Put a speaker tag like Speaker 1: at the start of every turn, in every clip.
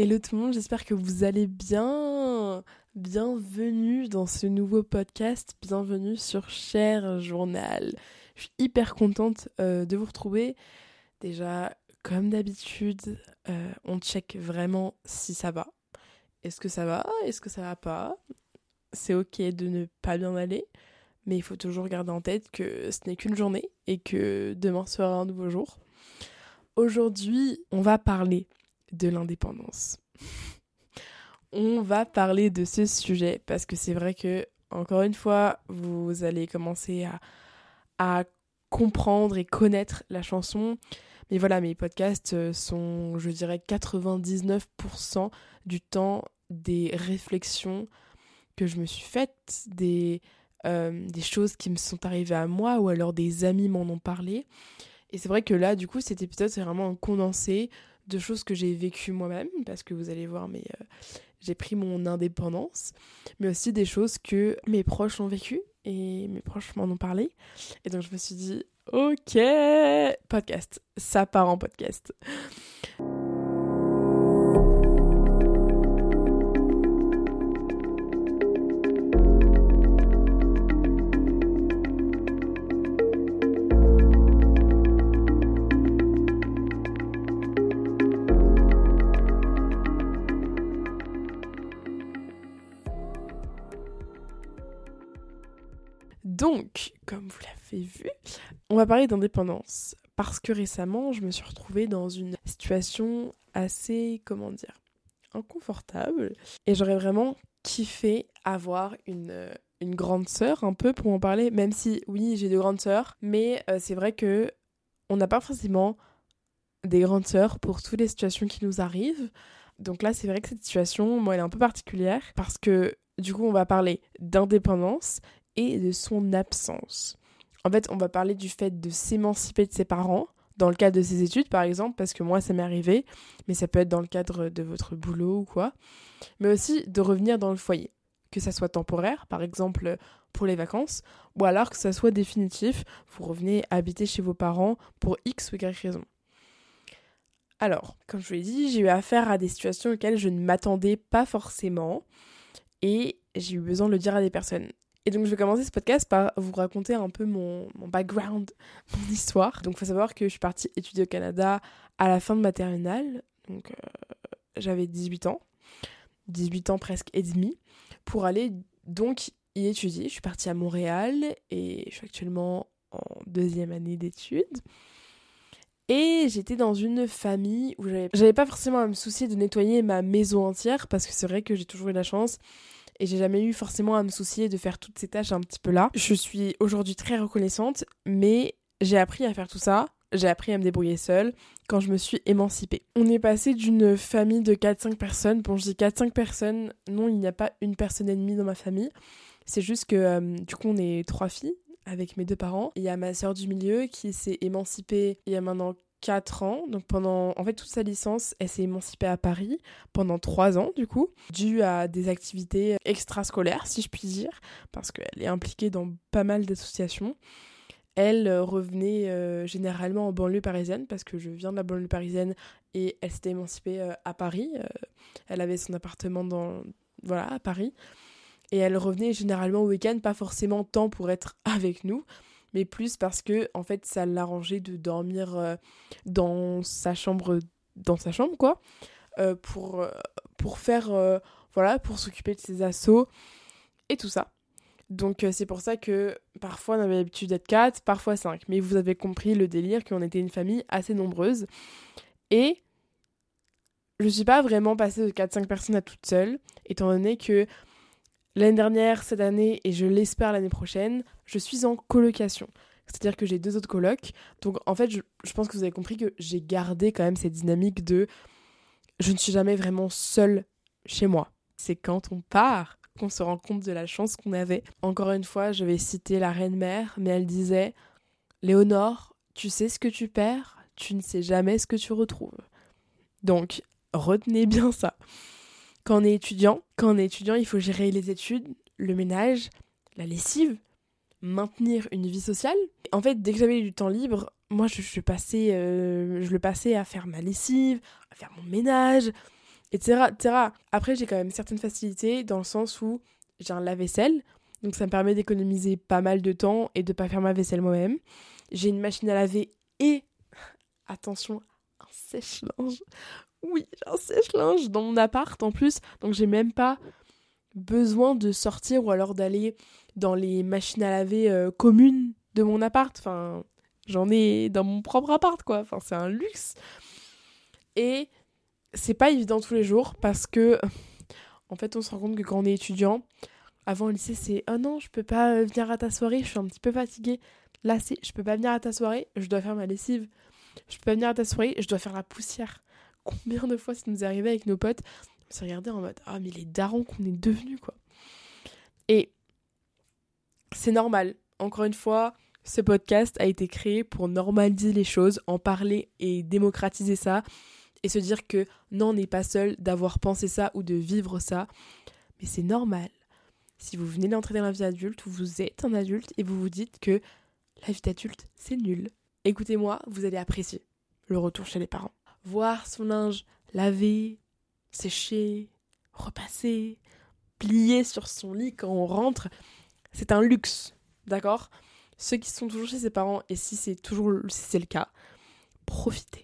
Speaker 1: Hello tout le monde, j'espère que vous allez bien. Bienvenue dans ce nouveau podcast, bienvenue sur Cher Journal. Je suis hyper contente de vous retrouver. Déjà, comme d'habitude, on check vraiment si ça va. Est-ce que ça va? Est-ce que ça va pas? C'est ok de ne pas bien aller, mais il faut toujours garder en tête que ce n'est qu'une journée et que demain sera un nouveau jour. Aujourd'hui, on va parler de l'indépendance. On va parler de ce sujet parce que c'est vrai que, encore une fois, vous allez commencer à comprendre et connaître la chanson. Mais voilà, mes podcasts sont, je dirais, 99% du temps des réflexions que je me suis faites, des choses qui me sont arrivées à moi ou alors des amis m'en ont parlé. Et c'est vrai que là, du coup, cet épisode, c'est vraiment un condensé de choses que j'ai vécues moi-même, parce que vous allez voir, mais j'ai pris mon indépendance, mais aussi des choses que mes proches ont vécues et mes proches m'en ont parlé. Et donc je me suis dit, ok, podcast, ça part en podcast. Donc, comme vous l'avez vu, on va parler d'indépendance. Parce que récemment, je me suis retrouvée dans une situation assez, inconfortable. Et j'aurais vraiment kiffé avoir une grande sœur, un peu, pour en parler. Même si, oui, j'ai 2 grandes sœurs. Mais c'est vrai que on n'a pas forcément des grandes sœurs pour toutes les situations qui nous arrivent. Donc là, c'est vrai que cette situation, moi, elle est un peu particulière. Parce que, du coup, on va parler d'indépendance et de son absence. En fait, on va parler du fait de s'émanciper de ses parents, dans le cadre de ses études par exemple, parce que moi ça m'est arrivé, mais ça peut être dans le cadre de votre boulot ou quoi, mais aussi de revenir dans le foyer, que ça soit temporaire, par exemple pour les vacances, ou alors que ça soit définitif, vous revenez habiter chez vos parents pour X ou Y raison. Alors, comme je vous l'ai dit, j'ai eu affaire à des situations auxquelles je ne m'attendais pas forcément, et j'ai eu besoin de le dire à des personnes. Et donc je vais commencer ce podcast par vous raconter un peu mon background, mon histoire. Donc il faut savoir que je suis partie étudier au Canada à la fin de ma terminale, donc j'avais 18 ans presque et demi, pour aller donc y étudier. Je suis partie à Montréal et je suis actuellement en 2e année d'études. Et j'étais dans une famille où j'avais pas forcément à me soucier de nettoyer ma maison entière, parce que c'est vrai que j'ai toujours eu la chance et j'ai jamais eu forcément à me soucier de faire toutes ces tâches un petit peu là. Je suis aujourd'hui très reconnaissante, mais j'ai appris à faire tout ça, j'ai appris à me débrouiller seule quand je me suis émancipée. On est passé d'une famille de 4-5 personnes, bon je dis 4-5 personnes, non il n'y a pas une personne et demie dans ma famille, c'est juste que du coup on est 3 filles avec mes 2 parents. Il y a ma sœur du milieu qui s'est émancipée il y a maintenant 4 ans, donc pendant toute sa licence, elle s'est émancipée à Paris pendant 3 ans du coup, dû à des activités extrascolaires si je puis dire, parce qu'elle est impliquée dans pas mal d'associations. Elle revenait généralement en banlieue parisienne, parce que je viens de la banlieue parisienne et elle s'était émancipée à Paris. Elle avait son appartement à Paris. Et elle revenait généralement au week-end, pas forcément tant pour être avec nous, mais plus parce que en fait ça l'arrangeait de dormir dans sa chambre quoi, pour faire pour s'occuper de ses assos et tout ça. Donc c'est pour ça que parfois on avait l'habitude d'être 4, parfois 5, mais vous avez compris le délire qu'on était une famille assez nombreuse. Et je suis pas vraiment passée de 4-5 personnes à toute seule, étant donné que l'année dernière, cette année, et je l'espère l'année prochaine, je suis en colocation. C'est-à-dire que j'ai 2 autres colocs. Donc en fait, je pense que vous avez compris que j'ai gardé quand même cette dynamique de je ne suis jamais vraiment seule chez moi. C'est quand on part qu'on se rend compte de la chance qu'on avait. Encore une fois, je vais citer la reine-mère, mais elle disait « Léonore, tu sais ce que tu perds, tu ne sais jamais ce que tu retrouves. » Donc, retenez bien ça. Quand on est étudiant, il faut gérer les études, le ménage, la lessive, maintenir une vie sociale. En fait, dès que j'avais du temps libre, moi, je le passais à faire ma lessive, à faire mon ménage. etc., etc. Après, j'ai quand même certaines facilités dans le sens où j'ai un lave-vaisselle, donc ça me permet d'économiser pas mal de temps et de pas faire ma vaisselle moi-même. J'ai une machine à laver et, attention, un sèche-linge. Oui, j'ai un sèche-linge dans mon appart en plus, donc j'ai même pas besoin de sortir ou alors d'aller dans les machines à laver communes de mon appart. Enfin, j'en ai dans mon propre appart, quoi. Enfin, c'est un luxe. Et c'est pas évident tous les jours parce que, en fait, on se rend compte que quand on est étudiant, avant au lycée, c'est «Oh non, je peux pas venir à ta soirée, je suis un petit peu fatiguée». Là, c'est «Je peux pas venir à ta soirée, je dois faire ma lessive. Je peux pas venir à ta soirée, je dois faire la poussière». Combien de fois ça nous est arrivé avec nos potes, on s'est regardé en mode «Ah, mais les darons qu'on est devenus, quoi». Et c'est normal. Encore une fois, ce podcast a été créé pour normaliser les choses, en parler et démocratiser ça, et se dire que non, on n'est pas seul d'avoir pensé ça ou de vivre ça, mais c'est normal. Si vous venez d'entrer dans la vie adulte, vous êtes un adulte et vous vous dites que la vie d'adulte, c'est nul. Écoutez-moi, vous allez apprécier le retour chez les parents. Voir son linge lavé, séché, repassé, plié sur son lit quand on rentre, c'est un luxe, d'accord ? Ceux qui sont toujours chez ses parents, et si c'est le cas, profitez.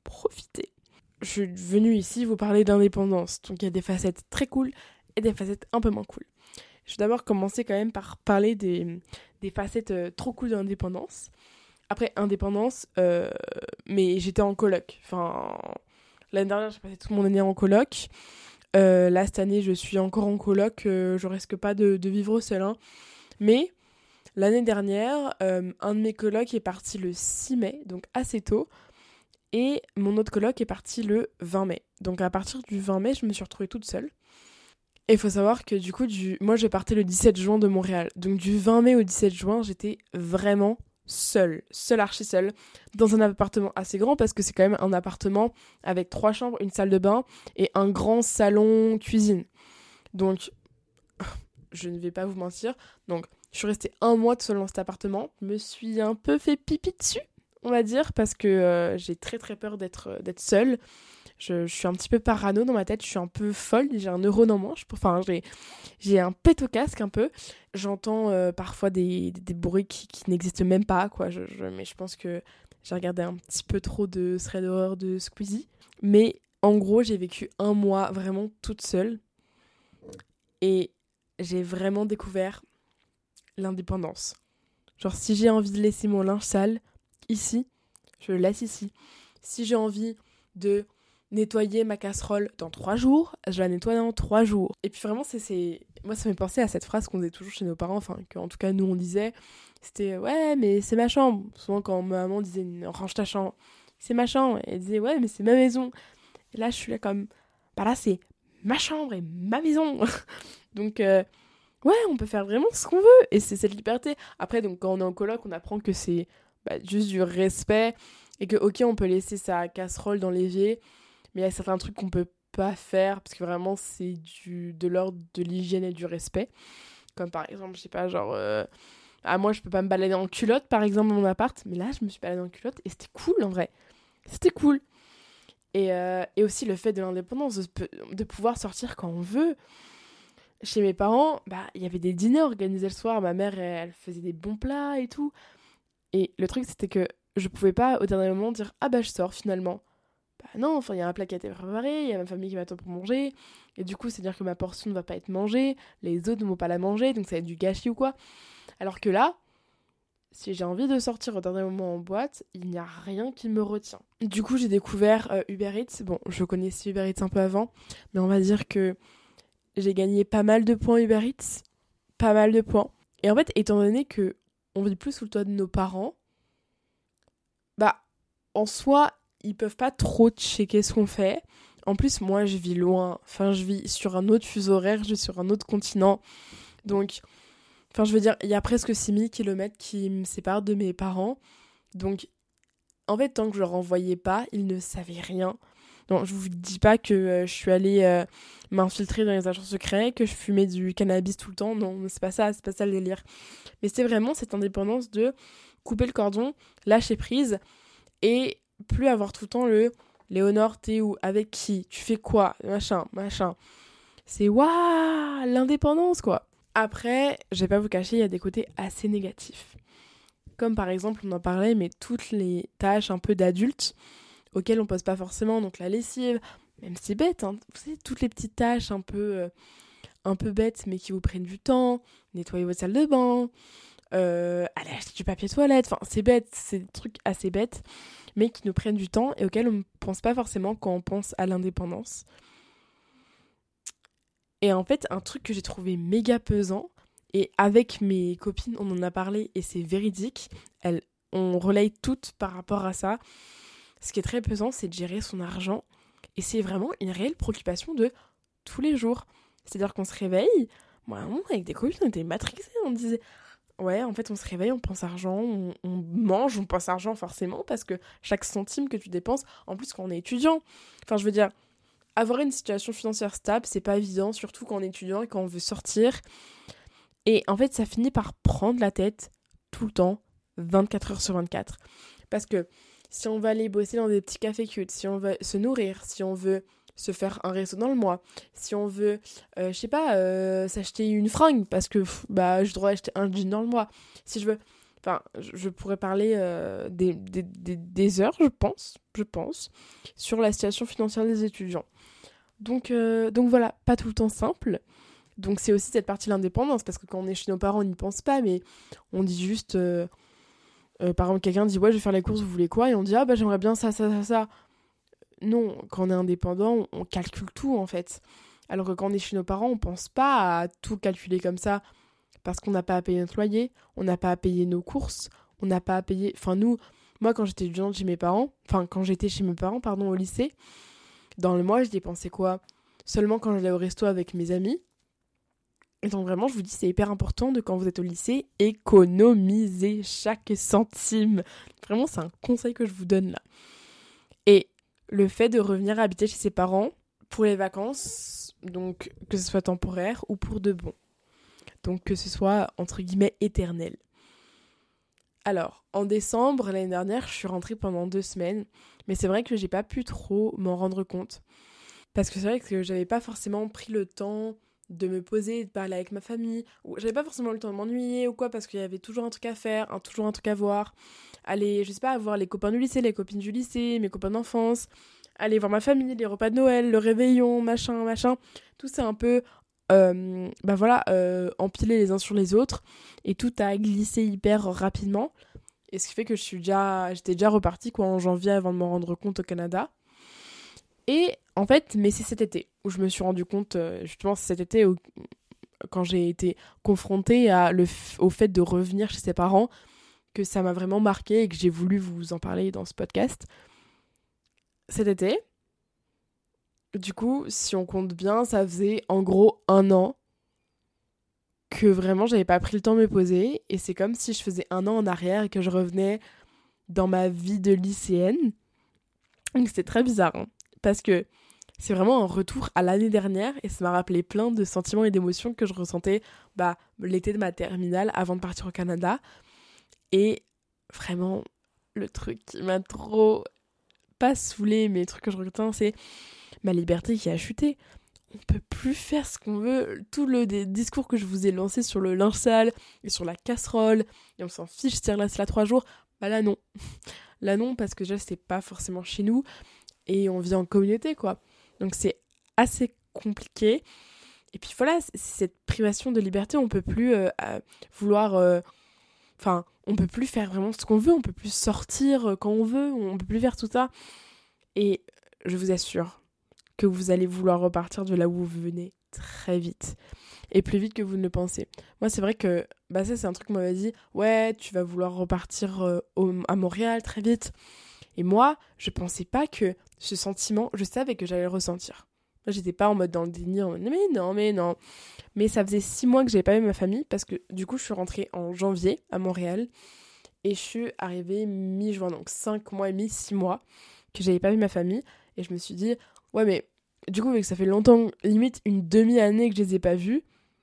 Speaker 1: Je suis venue ici vous parler d'indépendance, donc il y a des facettes très cool et des facettes un peu moins cool. Je vais d'abord commencer quand même par parler des facettes trop cool de l'indépendance. Après, indépendance, mais j'étais en coloc. Enfin, l'année dernière, j'ai passé toute mon année en coloc. Là, cette année, je suis encore en coloc. Je risque pas de vivre seule. Hein. Mais l'année dernière, un de mes colocs est parti le 6 mai, donc assez tôt. Et mon autre coloc est parti le 20 mai. Donc à partir du 20 mai, je me suis retrouvée toute seule. Et il faut savoir que du coup, moi je partais le 17 juin de Montréal. Donc du 20 mai au 17 juin, j'étais vraiment seule, archi seule, dans un appartement assez grand parce que c'est quand même un appartement avec 3 chambres, une salle de bain et un grand salon cuisine. Donc, je ne vais pas vous mentir. Donc, je suis restée 1 mois seule dans cet appartement. Je me suis un peu fait pipi dessus, on va dire, parce que j'ai très très peur d'être seule. Je suis un petit peu parano dans ma tête, je suis un peu folle, j'ai un neurone en moins, j'ai un pet au casque un peu. J'entends parfois des bruits qui n'existent même pas, quoi. Mais je pense que j'ai regardé un petit peu trop de threads d'horreur de Squeezie. Mais en gros, j'ai vécu 1 mois vraiment toute seule. Et j'ai vraiment découvert l'indépendance. Genre, si j'ai envie de laisser mon linge sale ici, je le laisse ici. Si j'ai envie de nettoyer ma casserole dans 3 jours, je la nettoie dans 3 jours. Et puis vraiment, moi ça me fait penser à cette phrase qu'on disait toujours chez nos parents, enfin qu'en tout cas nous on disait, c'était ouais mais c'est ma chambre. Souvent quand ma maman disait range ta chambre, c'est ma chambre, et elle disait ouais mais c'est ma maison. Et là je suis là comme, bah là c'est ma chambre et ma maison. Donc ouais, on peut faire vraiment ce qu'on veut et c'est cette liberté. Après donc quand on est en coloc, on apprend que c'est juste du respect et que ok on peut laisser sa casserole dans l'évier. Mais il y a certains trucs qu'on peut pas faire parce que vraiment c'est de l'ordre de l'hygiène et du respect. Comme par exemple, je sais pas, genre... moi je peux pas me balader en culotte par exemple dans mon appart. Mais là je me suis baladée en culotte et c'était cool en vrai. C'était cool. Et aussi le fait de l'indépendance, de pouvoir sortir quand on veut. Chez mes parents, il y avait des dîners organisés le soir. Ma mère, elle faisait des bons plats et tout. Et le truc c'était que je pouvais pas au dernier moment dire « Ah je sors finalement ». Non, enfin il y a un plat qui a été préparé, il y a ma famille qui m'attend pour manger, et du coup c'est à dire que ma portion ne va pas être mangée, les autres ne vont pas la manger, donc ça va être du gâchis ou quoi. Alors que là, si j'ai envie de sortir au dernier moment en boîte, il n'y a rien qui me retient. Du coup j'ai découvert Uber Eats, bon je connaissais Uber Eats un peu avant, mais on va dire que j'ai gagné pas mal de points Uber Eats, pas mal de points. Et en fait étant donné que on vit plus sous le toit de nos parents, en soi ils peuvent pas trop checker ce qu'on fait. En plus, moi, je vis loin. Enfin, je vis sur un autre fuseau horaire, je vis sur un autre continent. Donc, enfin, je veux dire, il y a presque 6000 km qui me séparent de mes parents. Donc, en fait, tant que je leur envoyais pas, ils ne savaient rien. Donc, je vous dis pas que je suis allée m'infiltrer dans les agents secrets, que je fumais du cannabis tout le temps. Non, c'est pas ça le délire. Mais c'est vraiment cette indépendance de couper le cordon, lâcher prise et plus avoir tout le temps le Léonore, t'es où? Avec qui? Tu fais quoi? Machin. C'est waouh, l'indépendance, quoi. Après, je vais pas vous cacher, il y a des côtés assez négatifs. Comme par exemple, on en parlait, mais toutes les tâches un peu d'adultes auxquelles on pense pas forcément, donc la lessive, même si c'est bête, hein, vous savez, toutes les petites tâches un peu bêtes, mais qui vous prennent du temps, nettoyer votre salle de bain, aller acheter du papier toilette, enfin c'est bête, c'est des trucs assez bêtes, mais qui nous prennent du temps et auxquels on ne pense pas forcément quand on pense à l'indépendance. Et en fait, un truc que j'ai trouvé méga pesant, et avec mes copines, on en a parlé, et c'est véridique, on relaye toutes par rapport à ça. Ce qui est très pesant, c'est de gérer son argent, et c'est vraiment une réelle préoccupation de tous les jours. C'est-à-dire qu'on se réveille, moi, avec des copines, on était matrixés, on disait, ouais, en fait, on se réveille, on pense argent, on mange, on pense argent forcément, parce que chaque centime que tu dépenses, en plus quand on est étudiant, enfin, je veux dire, avoir une situation financière stable, c'est pas évident, surtout quand on est étudiant et quand on veut sortir. Et en fait, ça finit par prendre la tête tout le temps, 24 heures sur 24. Parce que si on veut aller bosser dans des petits cafés cute, si on veut se nourrir, si on veut se faire un resto dans le mois, si on veut, je sais pas, s'acheter une fringue, parce que je dois acheter un jean dans le mois. Si je veux... Enfin, je pourrais parler des heures, je pense, sur la situation financière des étudiants. Donc voilà, pas tout le temps simple. Donc c'est aussi cette partie de l'indépendance, parce que quand on est chez nos parents, on n'y pense pas, mais on dit juste... par exemple, quelqu'un dit « Ouais, je vais faire les courses, vous voulez quoi ?» Et on dit « Ah, j'aimerais bien ça. » Non, quand on est indépendant, on calcule tout, en fait. Alors que quand on est chez nos parents, on pense pas à tout calculer comme ça, parce qu'on n'a pas à payer notre loyer, on n'a pas à payer nos courses, on n'a pas à payer... Enfin, moi, quand j'étais étudiante chez mes parents, au lycée, dans le mois, je dépensais quoi? Seulement quand j'allais au resto avec mes amis. Et donc vraiment, je vous dis, c'est hyper important de quand vous êtes au lycée, économiser chaque centime. Vraiment, c'est un conseil que je vous donne là. Et le fait de revenir habiter chez ses parents pour les vacances, donc que ce soit temporaire ou pour de bon. Donc que ce soit, entre guillemets, éternel. Alors, en décembre, l'année dernière, je suis rentrée pendant 2 semaines. Mais c'est vrai que j'ai pas pu trop m'en rendre compte. Parce que c'est vrai que j'avais pas forcément pris le temps de me poser, de parler avec ma famille. Ou j'avais pas forcément le temps de m'ennuyer ou quoi, parce qu'il y avait toujours un truc à faire, toujours un truc à voir. Aller, je sais pas, voir les copains du lycée, les copines du lycée, mes copains d'enfance. Aller voir ma famille, les repas de Noël, le réveillon, machin. Tout c'est un peu... empiler les uns sur les autres. Et tout a glissé hyper rapidement. Et ce qui fait que j'étais déjà repartie en janvier avant de m'en rendre compte au Canada. Et en fait, mais c'est cet été où je me suis rendu compte, justement c'est cet été quand j'ai été confrontée au fait de revenir chez ses parents, que ça m'a vraiment marqué et que j'ai voulu vous en parler dans ce podcast. Cet été, du coup, si on compte bien, ça faisait en gros 1 an que vraiment j'avais pas pris le temps de me poser, et c'est comme si je faisais 1 an en arrière et que je revenais dans ma vie de lycéenne. Donc c'était très bizarre, hein, parce que c'est vraiment un retour à l'année dernière, et ça m'a rappelé plein de sentiments et d'émotions que je ressentais l'été de ma terminale avant de partir au Canada. Et vraiment, le truc qui m'a trop pas saoulée, mais le truc que je retiens, c'est ma liberté qui a chuté. On peut plus faire ce qu'on veut. Tout le discours que je vous ai lancé sur le linge sale et sur la casserole, et on s'en fiche, tire là, c'est là 3 jours. Là non. Là non, parce que déjà c'est pas forcément chez nous et on vit en communauté, quoi. Donc c'est assez compliqué. Et puis voilà, c'est cette privation de liberté, on peut plus vouloir... on peut plus faire vraiment ce qu'on veut, on peut plus sortir quand on veut, on peut plus faire tout ça. Et je vous assure que vous allez vouloir repartir de là où vous venez très vite. Et plus vite que vous ne le pensez. Moi, c'est vrai que ça, c'est un truc qu'on m'avait dit. Ouais, tu vas vouloir repartir à Montréal très vite. Et moi, je pensais pas que ce sentiment, je savais que j'allais le ressentir. Moi, j'étais pas en mode dans le déni, en mode mais non. Mais ça faisait 6 mois que j'avais pas vu ma famille, parce que du coup, je suis rentrée en janvier à Montréal. Et je suis arrivée mi-juin, donc 5 mois et demi, 6 mois que j'avais pas vu ma famille. Et je me suis dit, ouais, mais du coup, vu que ça fait longtemps, limite une demi-année que je les ai pas vus,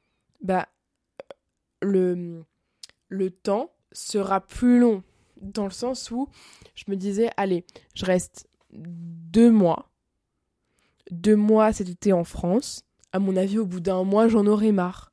Speaker 1: le temps sera plus long, dans le sens où je me disais, allez, je reste 2 mois. 2 mois cet été en France. À mon avis, au bout d'1 mois, j'en aurais marre.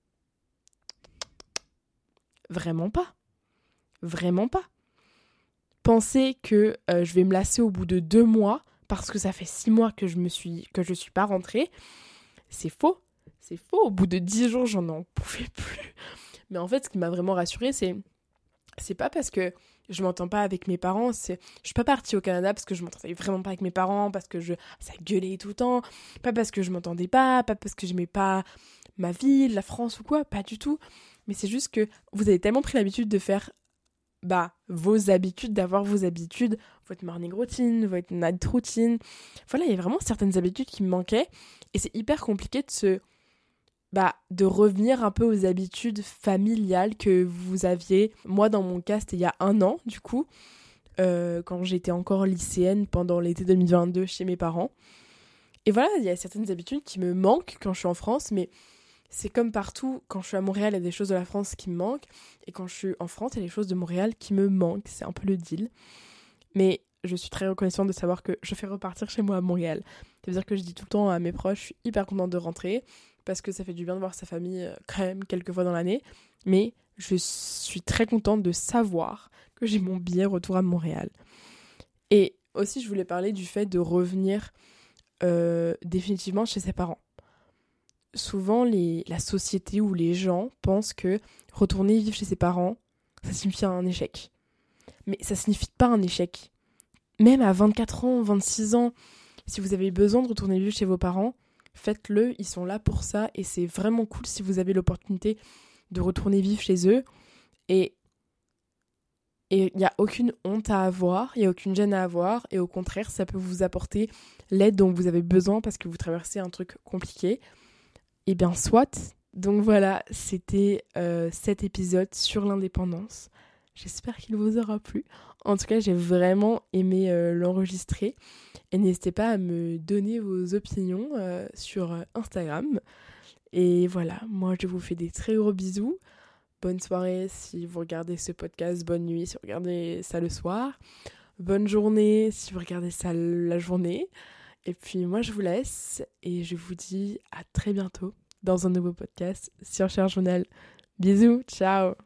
Speaker 1: Vraiment pas. Vraiment pas. Penser que je vais me lasser au bout de 2 mois parce que ça fait 6 mois que je suis pas rentrée, c'est faux. C'est faux. Au bout de 10 jours, j'en pouvais plus. Mais en fait, ce qui m'a vraiment rassurée, c'est pas parce que je m'entends pas avec mes parents, je suis pas partie au Canada parce que je m'entendais vraiment pas avec mes parents, parce que ça gueulait tout le temps, pas parce que je m'entendais pas parce que j'aimais pas ma ville, la France ou quoi, pas du tout. Mais c'est juste que vous avez tellement pris l'habitude de faire vos habitudes, d'avoir vos habitudes, votre morning routine, votre night routine. Voilà, il y a vraiment certaines habitudes qui me manquaient et c'est hyper compliqué de revenir un peu aux habitudes familiales que vous aviez. Moi, dans mon cas, c'était il y a 1 an, du coup, quand j'étais encore lycéenne pendant l'été 2022 chez mes parents. Et voilà, il y a certaines habitudes qui me manquent quand je suis en France, mais c'est comme partout, quand je suis à Montréal, il y a des choses de la France qui me manquent, et quand je suis en France, il y a des choses de Montréal qui me manquent. C'est un peu le deal. Mais je suis très reconnaissante de savoir que je fais repartir chez moi à Montréal. Ça veut dire que je dis tout le temps à mes proches, je suis hyper contente de rentrer, parce que ça fait du bien de voir sa famille quand même quelques fois dans l'année. Mais je suis très contente de savoir que j'ai mon billet retour à Montréal. Et aussi, je voulais parler du fait de revenir définitivement chez ses parents. Souvent, la société ou les gens pensent que retourner vivre chez ses parents, ça signifie un échec. Mais ça signifie pas un échec. Même à 24 ans, 26 ans, si vous avez besoin de retourner vivre chez vos parents, faites-le, ils sont là pour ça et c'est vraiment cool si vous avez l'opportunité de retourner vivre chez eux. Et il n'y a aucune honte à avoir, il n'y a aucune gêne à avoir et au contraire, ça peut vous apporter l'aide dont vous avez besoin parce que vous traversez un truc compliqué. Et bien soit. Donc voilà, c'était cet épisode sur l'indépendance. J'espère qu'il vous aura plu. En tout cas, j'ai vraiment aimé l'enregistrer. Et n'hésitez pas à me donner vos opinions sur Instagram. Et voilà, moi je vous fais des très gros bisous. Bonne soirée si vous regardez ce podcast. Bonne nuit si vous regardez ça le soir. Bonne journée si vous regardez ça la journée. Et puis moi je vous laisse et je vous dis à très bientôt dans un nouveau podcast sur Cher Journal. Bisous, ciao.